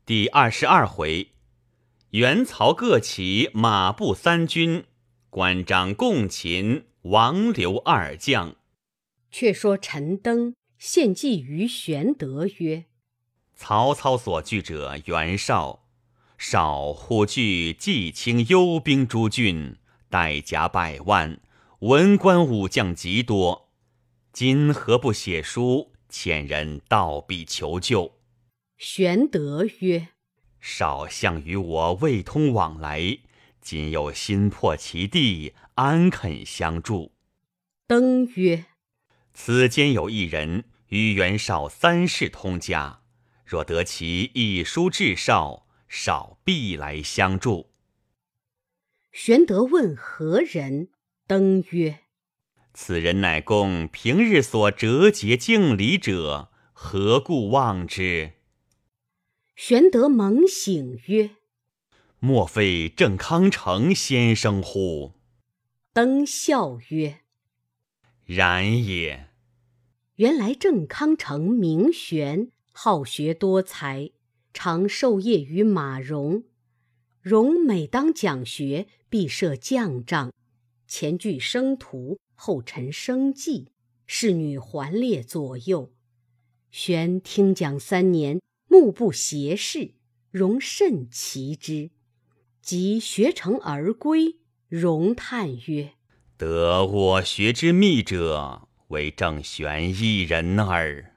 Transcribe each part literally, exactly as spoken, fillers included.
第二十二回，元曹各起马步三军，关张共擒王刘二将。 却说陈登献计于玄德曰： 曹操所惧者袁绍，绍忽据冀青幽兵诸郡，带甲百万，文官武将极多。今何不写书，遣人到彼求救？ 玄德曰： 绍相与我未通往来，今又心破其地，安肯相助？ 登曰： 此间有一人与袁绍三世通家，若得其一书至绍，绍必来相助。 玄德问何人？登曰： 此人乃公平日所折节敬礼者，何故忘之？ 玄德猛醒曰： 莫非郑康成先生乎？ 登笑曰： 然也。 原来郑康成名玄，好学多才，常授业于马融。融每当讲学，必设将帐，前具生徒，后陈生计，侍女环列左右。玄听讲三年，目不斜视，融甚奇之。及学成而归，融叹曰： 得我学之秘者，唯郑玄一人耳。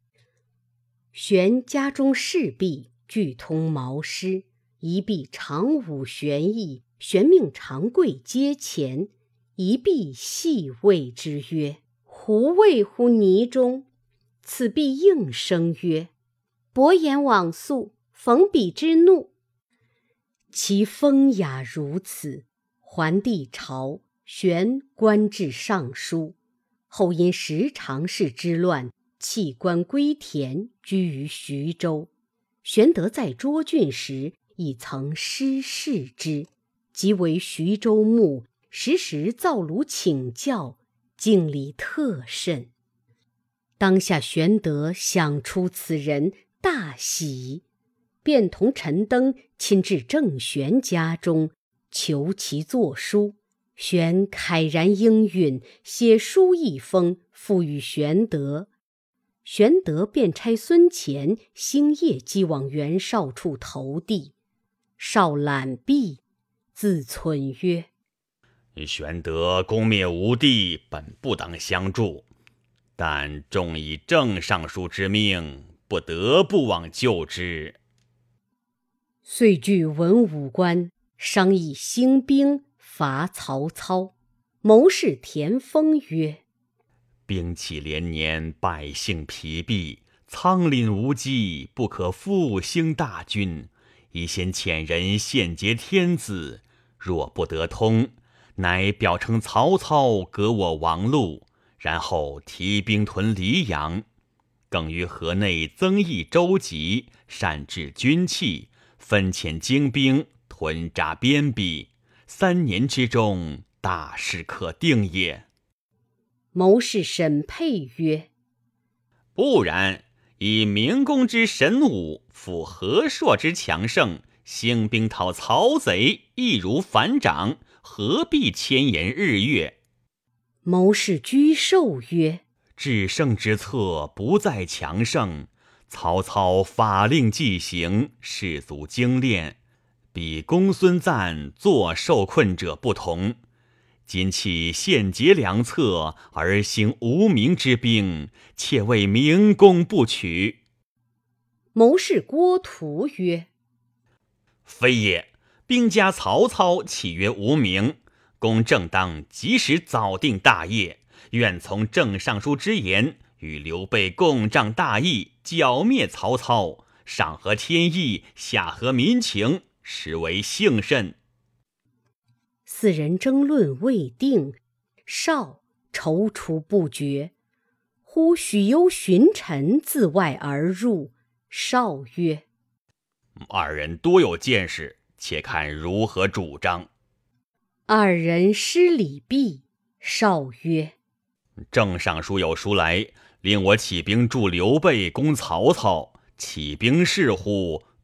玄家中事毕，俱通毛诗，一臂长舞玄艺，玄命长贵阶前，一臂细谓之曰：胡谓乎泥中？此必应声曰：伯言往速，逢彼之怒。其风雅如此，还帝朝，玄官至尚书，后因十常侍之乱，弃官归田，居于徐州。玄德在涿郡时，亦曾师事之，即为徐州牧，时时造炉请教，敬礼特甚。当下玄德想出此人，大喜，便同陈登亲至郑玄家中，求其作书。玄慨然应允，写书一封，付与玄德。玄德便差孙乾星夜即往袁绍处投递。绍览毕，自忖曰： 玄德攻灭吴地，本不当相助，但众以郑尚书之命，不得不往救之。 遂聚文武官，商议兴兵伐曹操。谋士田丰曰： 兵器连年，百姓疲弊，仓廪无机，不可复兴大军。宜先遣人献捷天子，若不得通，乃表称曹操革我王路，然后提兵屯黎阳。更于河内增益州籍，善治军器，分遣精兵，屯扎边壁。三年之中，大事可定也。 谋士沈沛曰： 不然，以明公之神武，辅和硕之强盛，兴兵讨曹贼，易如反掌，何必千言日月？ 谋士居寿曰： 制胜之策不在强盛，曹操法令既行，士卒精练，比公孙瓒作受困者不同。今弃献捷良策，而兴无名之兵，且为明公不取。 谋士郭图曰： 非也，兵家曹操岂曰无名？公正当及时早定大业，愿从郑尚书之言，与刘备共仗大义，剿灭曹操，上合天意，下合民情，实为幸甚。 四人争论未定，绍踌躇不决。忽许攸寻臣自外而入，绍曰： 二人多有见识，且看如何主张。 二人施礼毕，绍曰： 郑尚书有书来，令我起兵助刘备攻曹操，起兵是乎？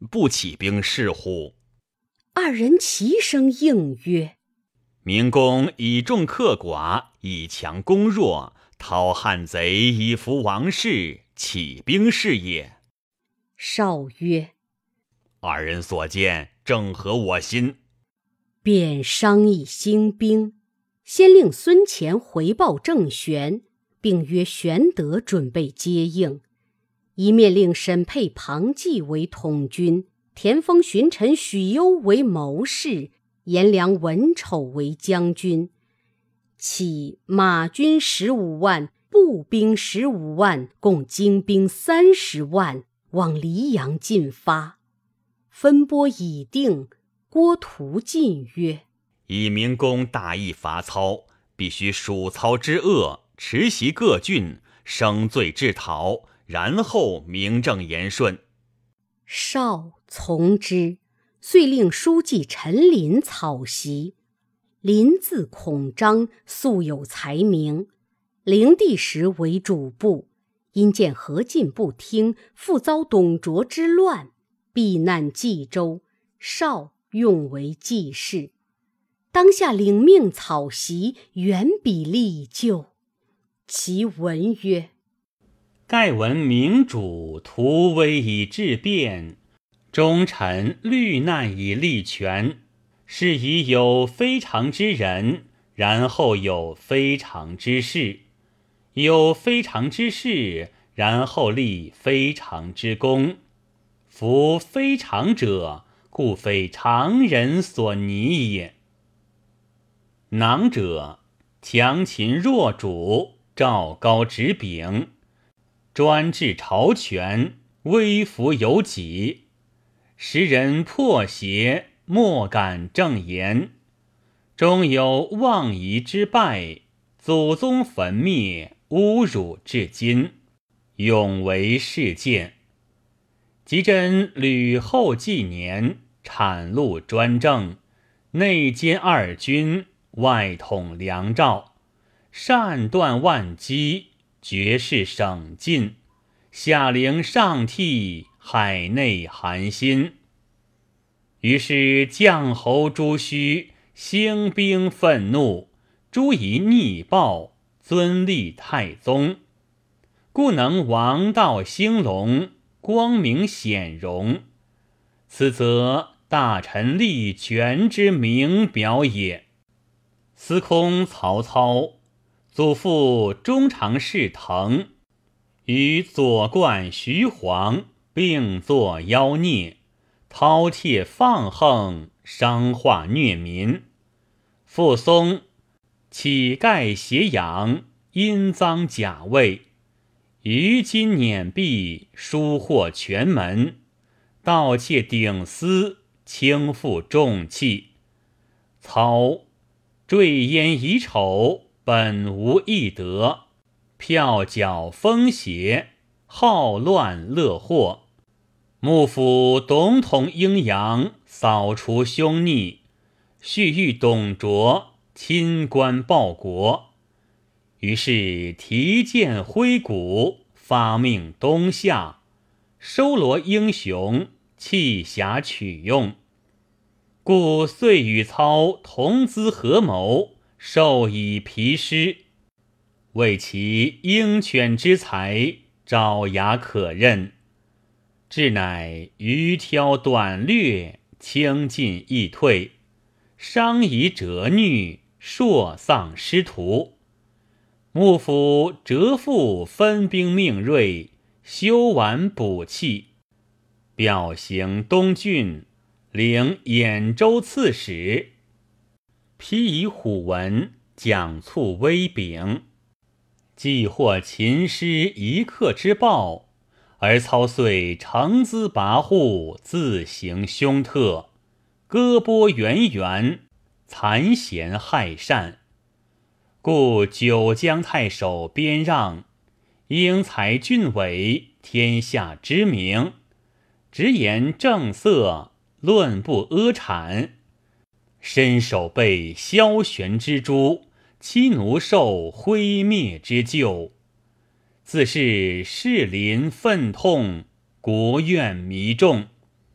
不起兵事乎？” 二人齐声应曰：“ 明公以众克寡，以强攻弱，讨汉贼以服王室，起兵是也。” 绍曰：“ 二人所见正合我心。” 便商议兴兵，先令孙乾回报郑玄，并约玄德准备接应。一面令沈沛、庞纪为统军，田丰荀臣许攸为谋士，颜良、文丑为将军，起马军十五万，步兵十五万，共精兵三十万，往黎阳进发。分拨已定，郭图进曰：“ 以明公大义伐操，必须数操之恶，持袭各郡，生罪治讨，然后名正言顺。” 绍从之，遂令书记陈琳草习。琳字孔章，素有才名，灵帝时为主簿，因见何进不听，复遭董卓之乱，避难冀州，绍用为记事。当下领命草习，远比立就。其文曰：“ 盖闻明主图威以治变，忠臣虑难以立权，是以有非常之人，然后有非常之事；有非常之事，然后立非常之功。夫非常者，故非常人所拟也。囊者，强秦弱主，赵高执柄，专制朝权，威服有己，时人破邪，莫敢正言，终有妄夷之败，祖宗焚灭，侮辱至今，永为事件。及真吕后纪年，产禄专政，内兼二军，外统梁赵，善断万机，绝世省尽，下凌上替，海内寒心。于是将侯朱须兴兵愤怒，诸夷逆暴，尊立太宗，故能王道兴隆，光明显荣。此则大臣立权之明表也。司空曹操，祖父中常侍腾，与左冠徐晃并作妖孽，饕餮放横，伤化虐民。父松，乞丐挟养，阴赃假位，于今碾币，疏获权门，盗窃顶私，轻负重器。操坠焉以丑，本无义德，票缴风邪，好乱乐祸。幕府董统阴阳，扫除凶逆，蓄欲董卓，亲官报国。于是提剑挥鼓，发命东下，收罗英雄，弃侠取用。故遂与操同资合谋，授以皮师，为其鹰犬之才，爪牙可任。至乃愚挑短略，轻进易退，伤夷折虐，硕丧师徒。幕府折复分兵命锐，修完补器，表行东郡，领兖州刺史，披以虎纹，奖卒威柄。既获秦师一客之报，而操遂乘资跋扈，自行凶特，割剥源源，残贤害善。故九江太守边让，英才俊伟，天下知名，直言正色，论不阿谄，身手被萧玄之诛，妻奴受灰灭之咎，自是士林愤痛，国怨弥众。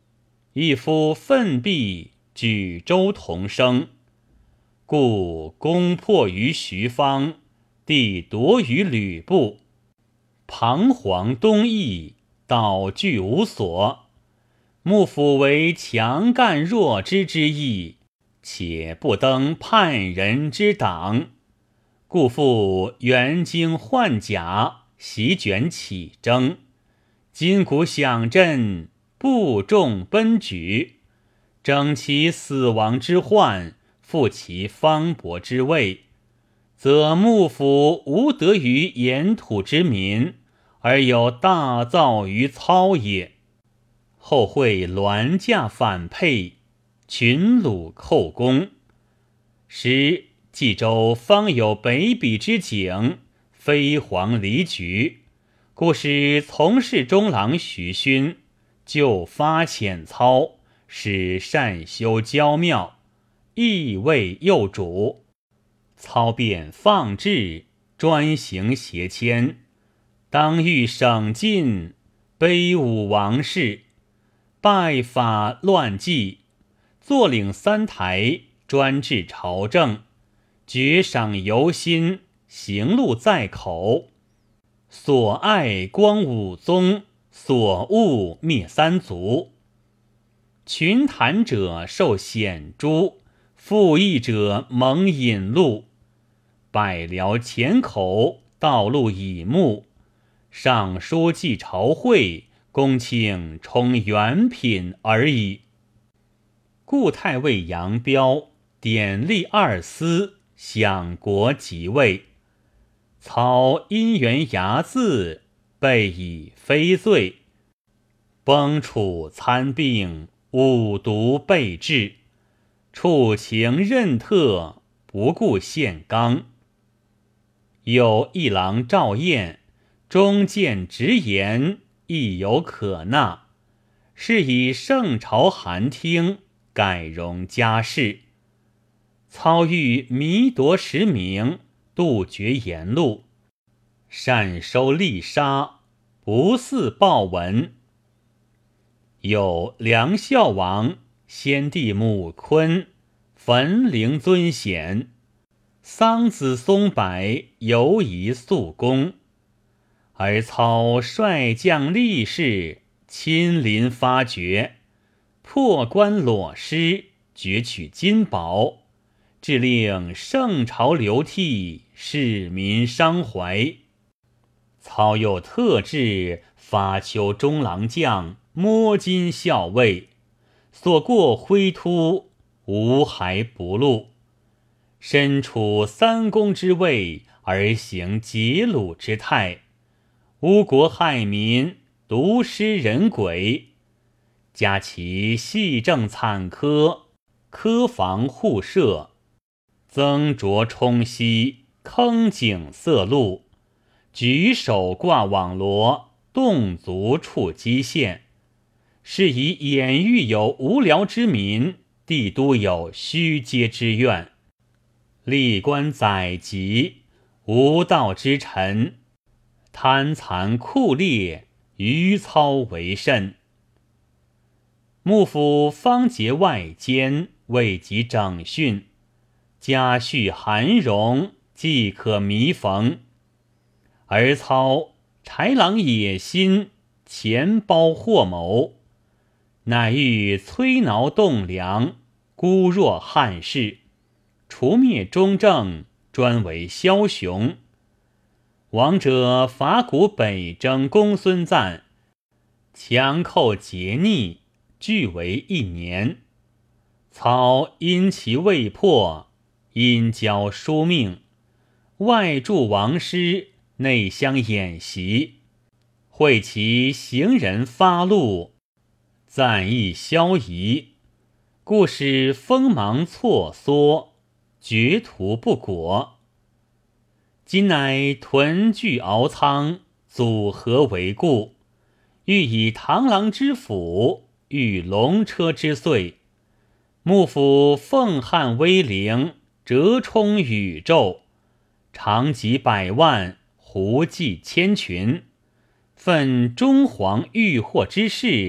一夫奋臂举州同生，故攻破于徐方，地夺于吕布，彷徨东逸，岛据无所。幕府为强干弱枝之意，且不登叛人之党，故复援京换甲，席卷起征，金鼓响震，部众奔举，征其死亡之患，复其方伯之位，则幕府无得于沿土之民，而有大造于操也。后会銮驾反沛，群虏寇攻，时冀州方有北鄙之景，飞黄离举，故使从事中郎徐勋就发遣操，使善修郊庙，意为右主。操便放置，专行邪迁，当欲省尽，卑侮王室，拜法乱纪，坐领三台，专治朝政，爵赏犹新，行路在口。所爱光武宗，所恶灭三族。群谈者受显诛，附议者蒙引路。百僚前口，道路以目。尚书记朝会，公卿充元品而已。故太尉杨彪典立二司，享国即位。操因缘睚眦，备以非罪，崩处参病，五毒备治，处情任特，不顾宪纲。有一郎赵彦，忠谏直言，亦有可纳，是以圣朝函听，改容家事。操欲弥夺实名，杜绝言路，善收利杀，不似报文。有梁孝王先帝母坤，焚陵尊显，桑梓松柏，犹宜肃公。而操率将力士，亲临发掘，破关裸尸，攫取金宝，致令圣朝流涕，市民伤怀。操又特制发丘中郎将，摸金校尉，所过挥突，无骸不露。身处三公之位，而行劫掳之态，污国害民，毒施人鬼。加其细政惨苛，苛防互射，增浊冲溪，坑井塞路，举手挂网罗，动足触机线，是以眼欲有无聊之民，帝都有虚阶之怨。历官宰籍，无道之臣，贪残酷烈，于操为甚。幕府方结外奸，未及整训，家畜寒荣，即可弥缝。而操豺狼野心，钱包祸谋，乃欲摧挠栋梁，孤弱汉室，除灭忠正，专为枭雄。王者伐谷北征公孙瓒，强寇劫逆，俱为一年。操因其未破，因交书命，外助王师，内相演习，会其行人发怒，赞意消夷，故使锋芒错缩，绝途不果。今乃屯聚敖仓，组合为固，欲以螳螂之斧，御龙车之岁。幕府奉汉威灵，折冲宇宙，长戟百万，胡骑千群，奋中皇欲祸之事，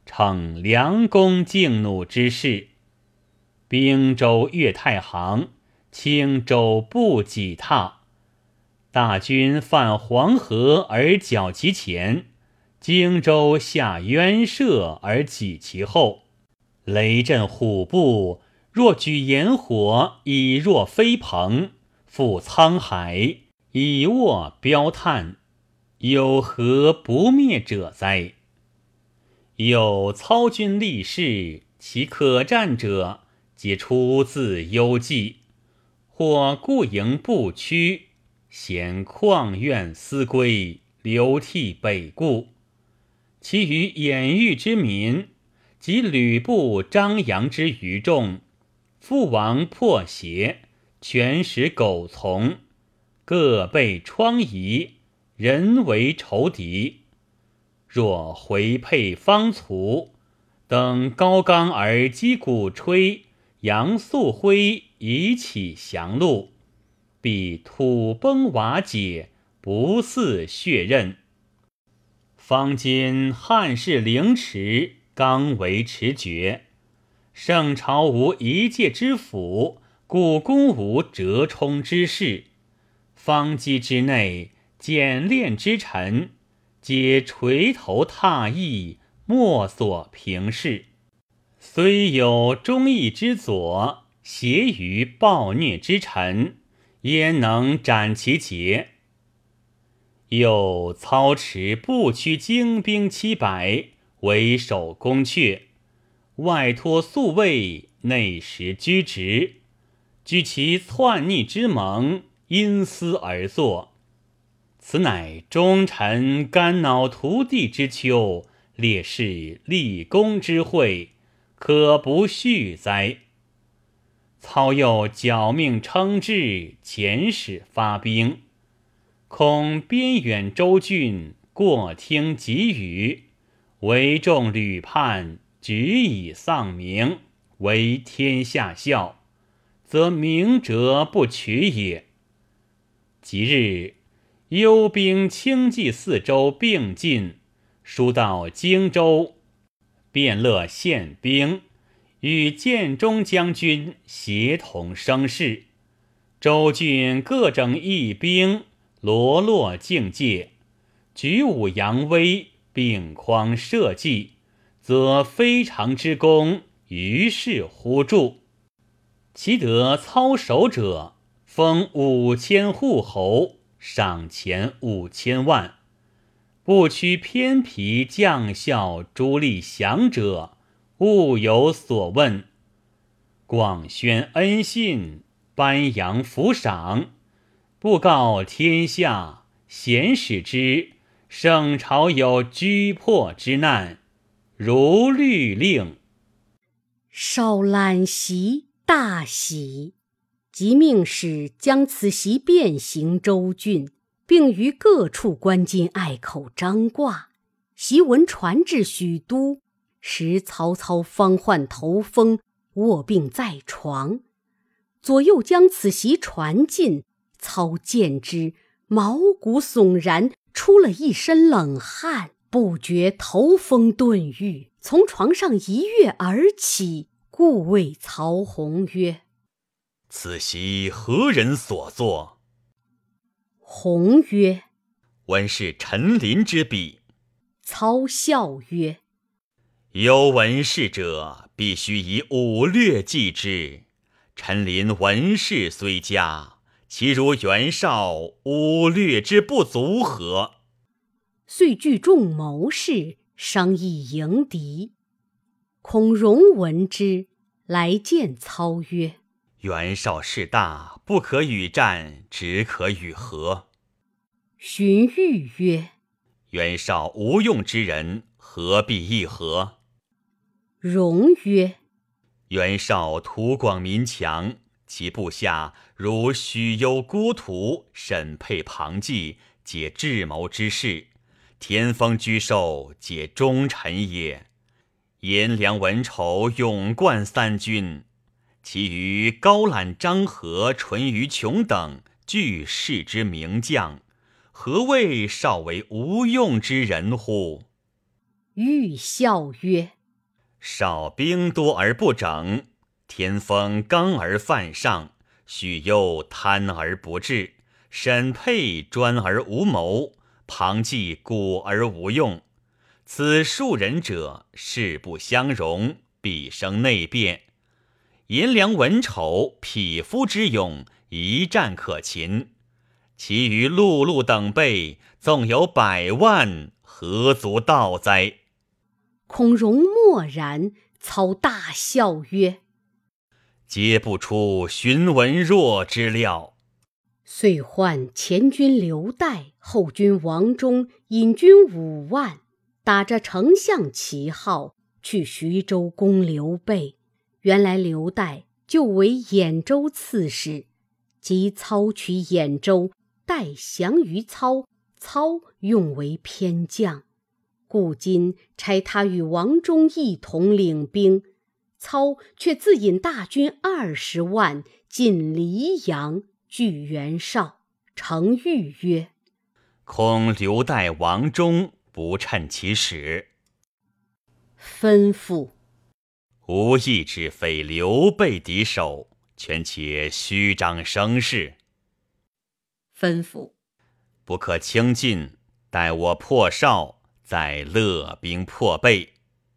逞良弓竞弩之势。兵州越太行，轻舟不己踏。大军犯黄河而剿其前，荆州下渊涉而挤其后。雷震虎步，若举炎火，以若飞鹏；赴沧海，以卧标炭。有何不灭者哉？有操军立事，其可战者，皆出自幽记。或固营不屈，嫌旷怨思归，流涕北顾。其余掩域之民，及吕布、张扬之余众，父王破邪，全使苟从，各被疮痍，人为仇敌。若回沛方卒，等高冈而击鼓吹，扬素辉以启降路，必土崩瓦解，不似血刃。方今汉室凌迟，刚为迟决，圣朝无一介之辅，故宫无折冲之势。方机之内，简练之臣，皆垂头踏翼，莫所平视。虽有忠义之佐，挟于暴虐之臣，焉能斩其节？又操持不屈精兵七百，为守宫阙，外托宿卫，内实居职，居其篡逆之盟，因私而作。此乃忠臣肝脑涂地之秋，烈士立功之会，可不恤哉？操又矫命称制，遣使发兵，恐边远州郡过听给予，为众屡叛，举以丧名，为天下笑，则明哲不取也。即日幽兵轻骑四州并进，疏到荆州，便乐献兵，与建中将军协同声势。州郡各整义兵，罗络境界，举武扬威，并匡社稷，则非常之功，于是乎著。其得操守者，封五千户侯，赏钱五千万。不屈偏僻将校诸立降者，勿有所问。广宣恩信，颁扬抚赏，布告天下，咸使之圣朝有居破之难，如律令。 少览席大喜，即命使将此席遍行州郡，并于各处关津隘口张挂。檄文传至许都，时曹操方患头风，卧病在床。左右将此檄传进，操见之，毛骨悚然，出了一身冷汗，不觉头风顿愈，从床上一跃而起，故谓曹洪曰： 此檄何人所作？ 洪曰： 闻是陈琳之笔。 操笑曰： 有文士者，必须以武略记之。陈琳文士虽佳，其如袁绍，武略之不足何？ 遂聚众谋士，商议迎敌。孔融闻之，来见操曰： 袁绍势大，不可与战，只可与和。 荀彧曰： 袁绍无用之人，何必议和？ 融曰： 袁绍土广民强，其部下如许攸、孤图、沈佩、庞纪，皆智谋之士；田丰、居寿，皆忠臣也。颜良、文丑、勇冠三军，其余高览、张合、淳于琼等，俱士之名将，何谓绍为无用之人乎？ 彧笑曰： 少兵多而不整，天风刚而犯上，许攸贪而不治，沈佩专而无谋，庞纪古而无用。此数人者，势不相容，必生内变。颜良文丑匹夫之勇，一战可擒，其余陆路等辈，纵有百万，何足道哉？ 孔融默然，操大笑曰： 皆不出荀文若之料。 遂唤前军刘岱、后军王忠引军五万，打着丞相旗号，去徐州攻刘备。原来刘岱就为兖州刺史，即操取兖州，岱降于操，操用为偏将，故今差他与王忠一同领兵，操却自引大军二十万进黎阳，拒袁绍。程昱曰： 恐刘岱、王忠不趁其时。 吩咐无义之非刘备敌手，权且虚张声势。 吩咐不可轻进，待我破绍，再勒兵破备。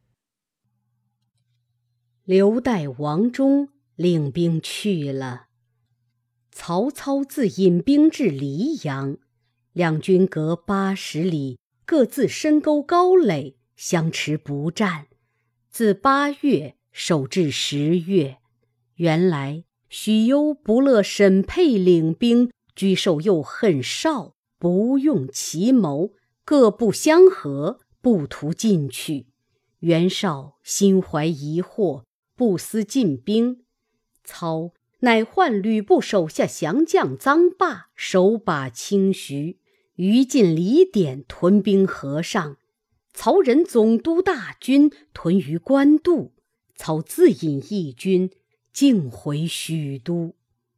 刘岱、王忠领兵去了。曹操自引兵至黎阳，两军隔八十里，各自深沟高垒，相持不战。自八月守至十月。原来许攸不乐沈佩领兵，居授又恨绍，不用其谋，各不相合，不图进取。袁绍心怀疑惑，不思进兵。操乃唤吕布手下降将臧霸守把清徐，于禁李典屯兵河上。曹仁总督大军屯于官渡，操自引义军径回许都。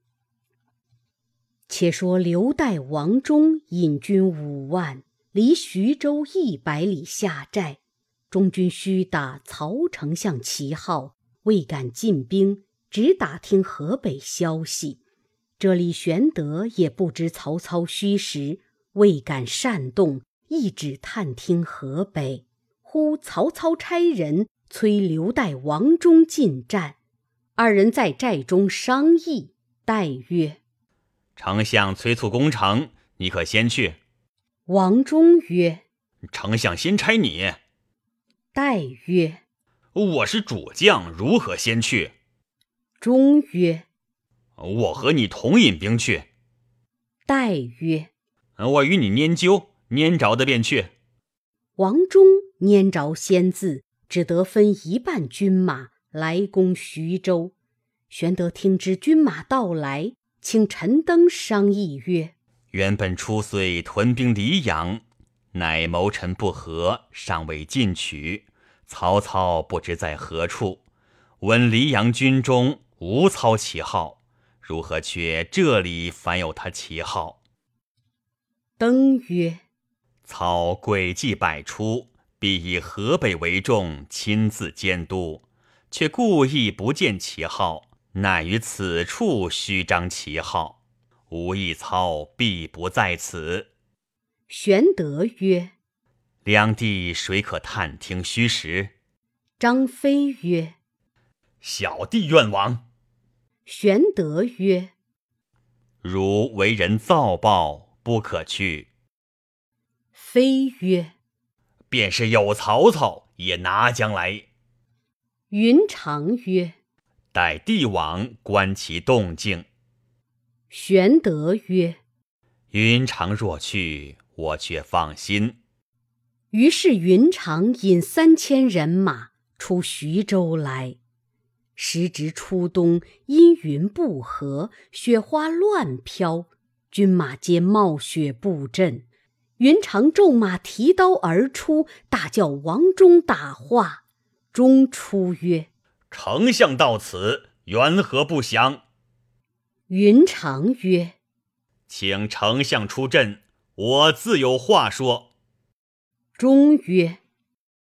且说刘岱、王忠引军五万，离徐州一百里下寨。中军须打曹丞相旗号，未敢进兵，只打听河北消息。这里玄德也不知曹操虚实，未敢擅动，一指探听河北。忽曹操差人催刘岱、王忠进战，二人在寨中商议。岱曰： 丞相催促攻城，你可先去。 王忠曰： 丞相先差你。 岱曰： 我是主将，如何先去？ 忠曰： 我和你同引兵去。 岱曰： 我与你拈阄，拈着的便去。 王忠拈着先字，只得分一半军马来攻徐州。玄德听知军马到来，请陈登商议曰： 原本初遂屯兵黎阳，乃谋臣不和，尚未进取。曹操不知在何处，闻黎阳军中无操旗号，如何却这里反有他旗号？ 登曰： 操诡计百出，必以河北为重，亲自监督，却故意不见旗号，乃于此处虚张旗号，吾意操必不在此。 玄德曰： 两地谁可探听虚实？ 张飞曰： 小弟愿往。 玄德曰： 如为人造报，不可去。 飞曰： 便是有曹操，也拿将来。 云长曰： 待帝王观其动静。 玄德曰： 云长若去，我却放心。 于是云长引三千人马出徐州来。时值初冬，阴云不和，雪花乱飘，军马皆冒雪布阵。云长骤马提刀而出，大叫王忠打话。忠出曰： 丞相到此，缘何不降？ 云长曰： 请丞相出阵，我自有话说。 忠曰：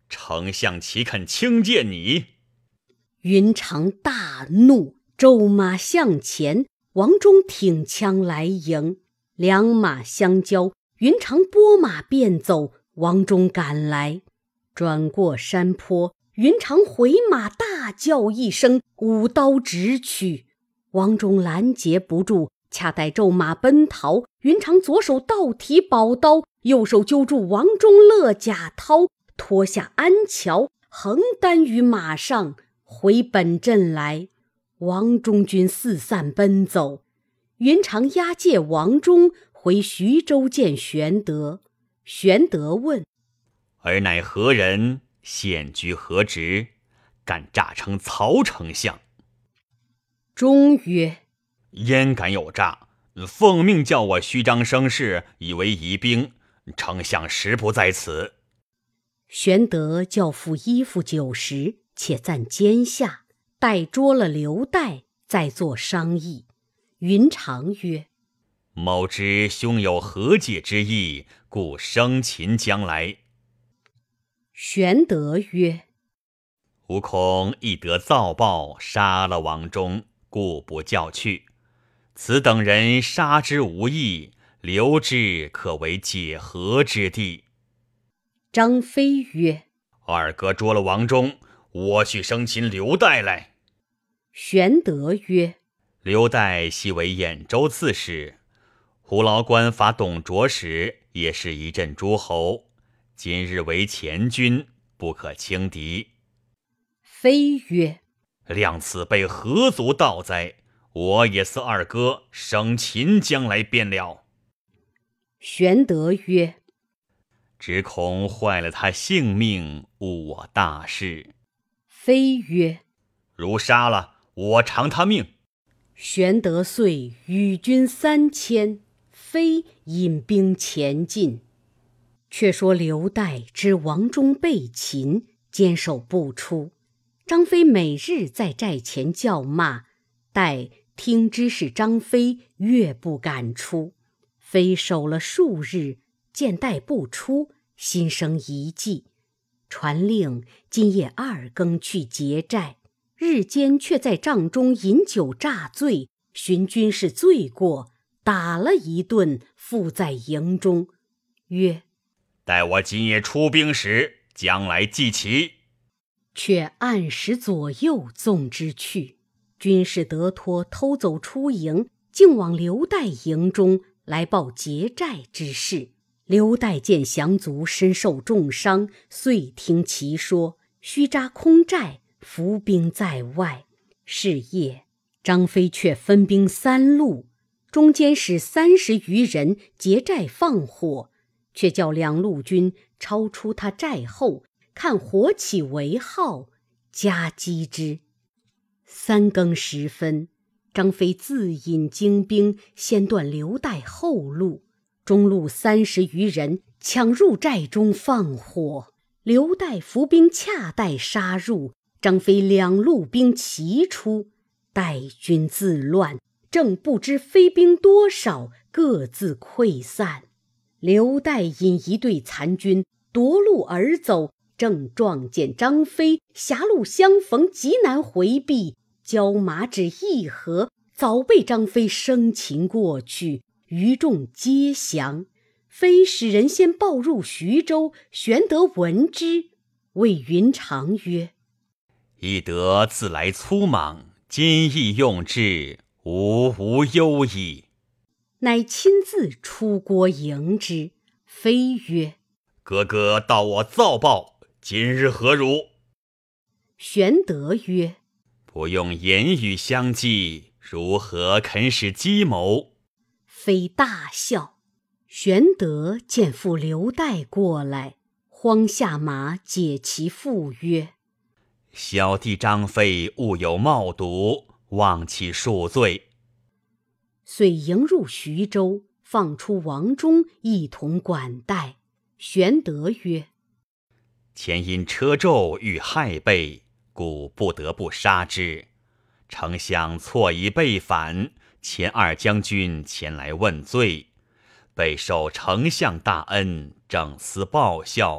丞相岂肯轻贱你？” 云长大怒，骤马向前，王忠挺枪来迎，两马相交，云长拨马便走，王忠赶来，转过山坡，云长回马大叫一声，舞刀直取，王忠拦截不住，恰待骤马奔逃，云长左手倒提宝刀，右手揪住王忠勒甲绦，脱下鞍桥，横担于马上，回本阵来。王中军四散奔走，云长押解王忠回徐州见玄德。玄德问：“ 尔乃何人？现居何职？敢诈称曹丞相？” 忠曰：“ 焉敢有诈？奉命叫我虚张声势，以为疑兵。丞相实不在此。” 玄德叫付衣服酒食，且暂监下，待捉了刘岱，再作商议。云长曰：“ 某知兄有和解之意，故生擒将来。” 玄德曰：“ 吾恐亦得造报，杀了王忠，故不叫去。此等人杀之无益，留之可为解和之地。” 张飞曰：“ 二哥捉了王忠，我去生擒刘岱来。” 玄德曰：“ 刘岱昔为兖州刺史，胡劳官伐董卓时，也是一阵诸侯。今日为前军，不可轻敌。” 飞曰：“ 谅此辈何足道哉？我也似二哥生擒将来便了。” 玄德曰：“ 只恐坏了他性命，误我大事。” 飞曰：“ 如杀了，我偿他命。” 玄德遂与军三千，飞引兵前进。却说刘岱知王忠被擒，坚守不出。张飞每日在寨前叫骂，岱听知是张飞，越不敢出。飞守了数日，见岱不出，心生一计，传令今夜二更去劫寨，日间却在帐中饮酒诈醉，寻军士罪过，打了一顿，附在营中，曰：“ 待我今夜出兵时，将来记齐。” 却按时左右纵之去。军士得脱，偷走出营，竟往刘岱营中来报劫寨之事。刘岱见降卒身受重伤，遂听其说，须扎空寨，伏兵在外。是夜，张飞却分兵三路，中间使三十余人劫寨放火，却叫两路军超出他寨后，看火起为号，夹击之。三更时分，张飞自引精兵，先断刘岱后路，中路三十余人抢入寨中放火，刘岱伏兵恰待杀入，张飞两路兵齐出，岱军自乱，正不知飞兵多少，各自溃散。刘岱引一队残军夺路而走，正撞见张飞，狭路相逢，极难回避，交马只一合，早被张飞生擒过去，余众皆降。飞使人先报入徐州，玄德闻之，谓云长曰：“ 翼德自来粗莽，今亦用之，吾无忧矣。” 乃亲自出郭迎之。飞曰：“ 哥哥道我造报，今日何如？” 玄德曰：“ 不用言语相济，如何肯使计谋？” 飞大笑。玄德见父刘岱过来，慌下马解其父曰：“ 小弟张飞误有冒渎，望其恕罪。” 遂迎入徐州，放出王忠一同管待。玄德曰：“ 前因车胄欲害备，故不得不杀之。丞相错疑被反，前二将军前来问罪，备受丞相大恩，正思报效，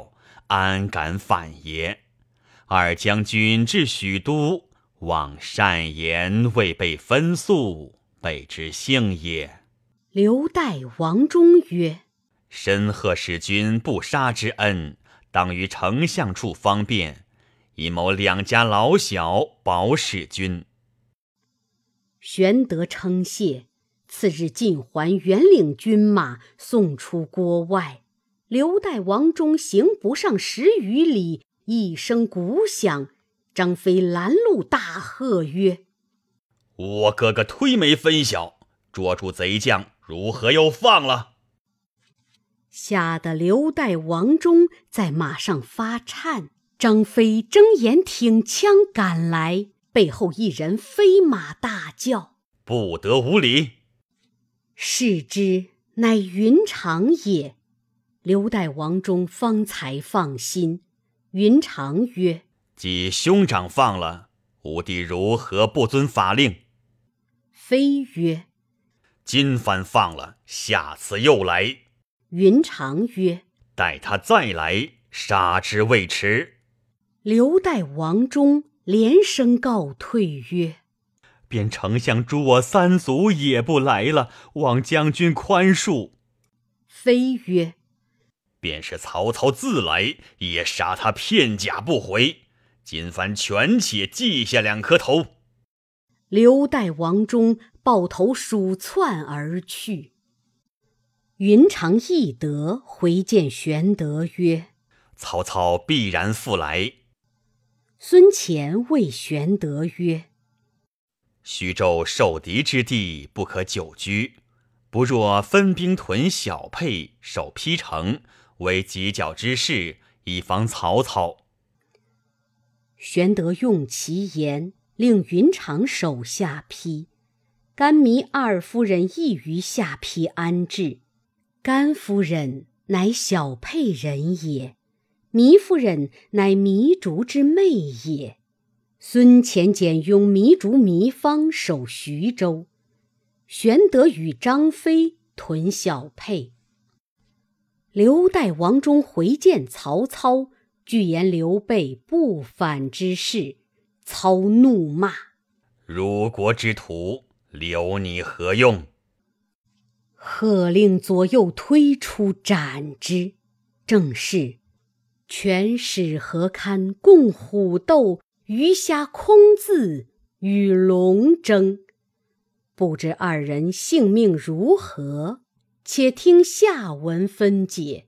安敢反也？二将军至许都，望善言未被分诉，备之幸也。” 刘岱王忠曰：“ 申贺使君不杀之恩，当于丞相处方便，以谋两家老小，保使君。” 玄德称谢，次日进还，原领军马送出郭外。刘岱王忠行不上十余里，一声鼓响，张飞拦路大喝曰：“ 我哥哥推眉分晓，捉住贼将，如何又放了？” 吓得刘岱王忠在马上发颤。张飞睁眼挺枪赶来，背后一人飞马大叫：“ 不得无礼！” 视之，乃云长也。刘岱王忠方才放心。云长曰：“ 既兄长放了，吾弟如何不遵法令？” 飞曰：“ 今番放了，下次又来。” 云长曰：“ 待他再来，杀之未迟。” 刘岱王忠连声告退曰：“ 便丞相诛我三族也不来了，望将军宽恕。” 飞曰：“ 便是曹操自来，也杀他片甲不回。今番权且记下两颗头。” 刘岱王忠抱头鼠窜而去。云长翼德回见玄德曰：“ 曹操必然复来。” 孙乾谓玄德曰：“ 徐州受敌之地，不可久居，不若分兵屯小沛，守邳城，为犄角之势，以防曹操。” 玄德用其言，令云长守下邳。甘糜二夫人亦于下邳安置。甘夫人乃小沛人也，糜夫人乃糜竺之妹也。孙乾简用糜竺、糜芳守徐州，玄德与张飞屯小沛。刘岱王忠回见曹操，具言刘备不反之事。操怒骂：“ 辱国之徒，留你何用？” 喝令左右推出斩之。正是权使何堪共虎斗，鱼虾空自与龙争。不知二人性命如何，且听下文分解。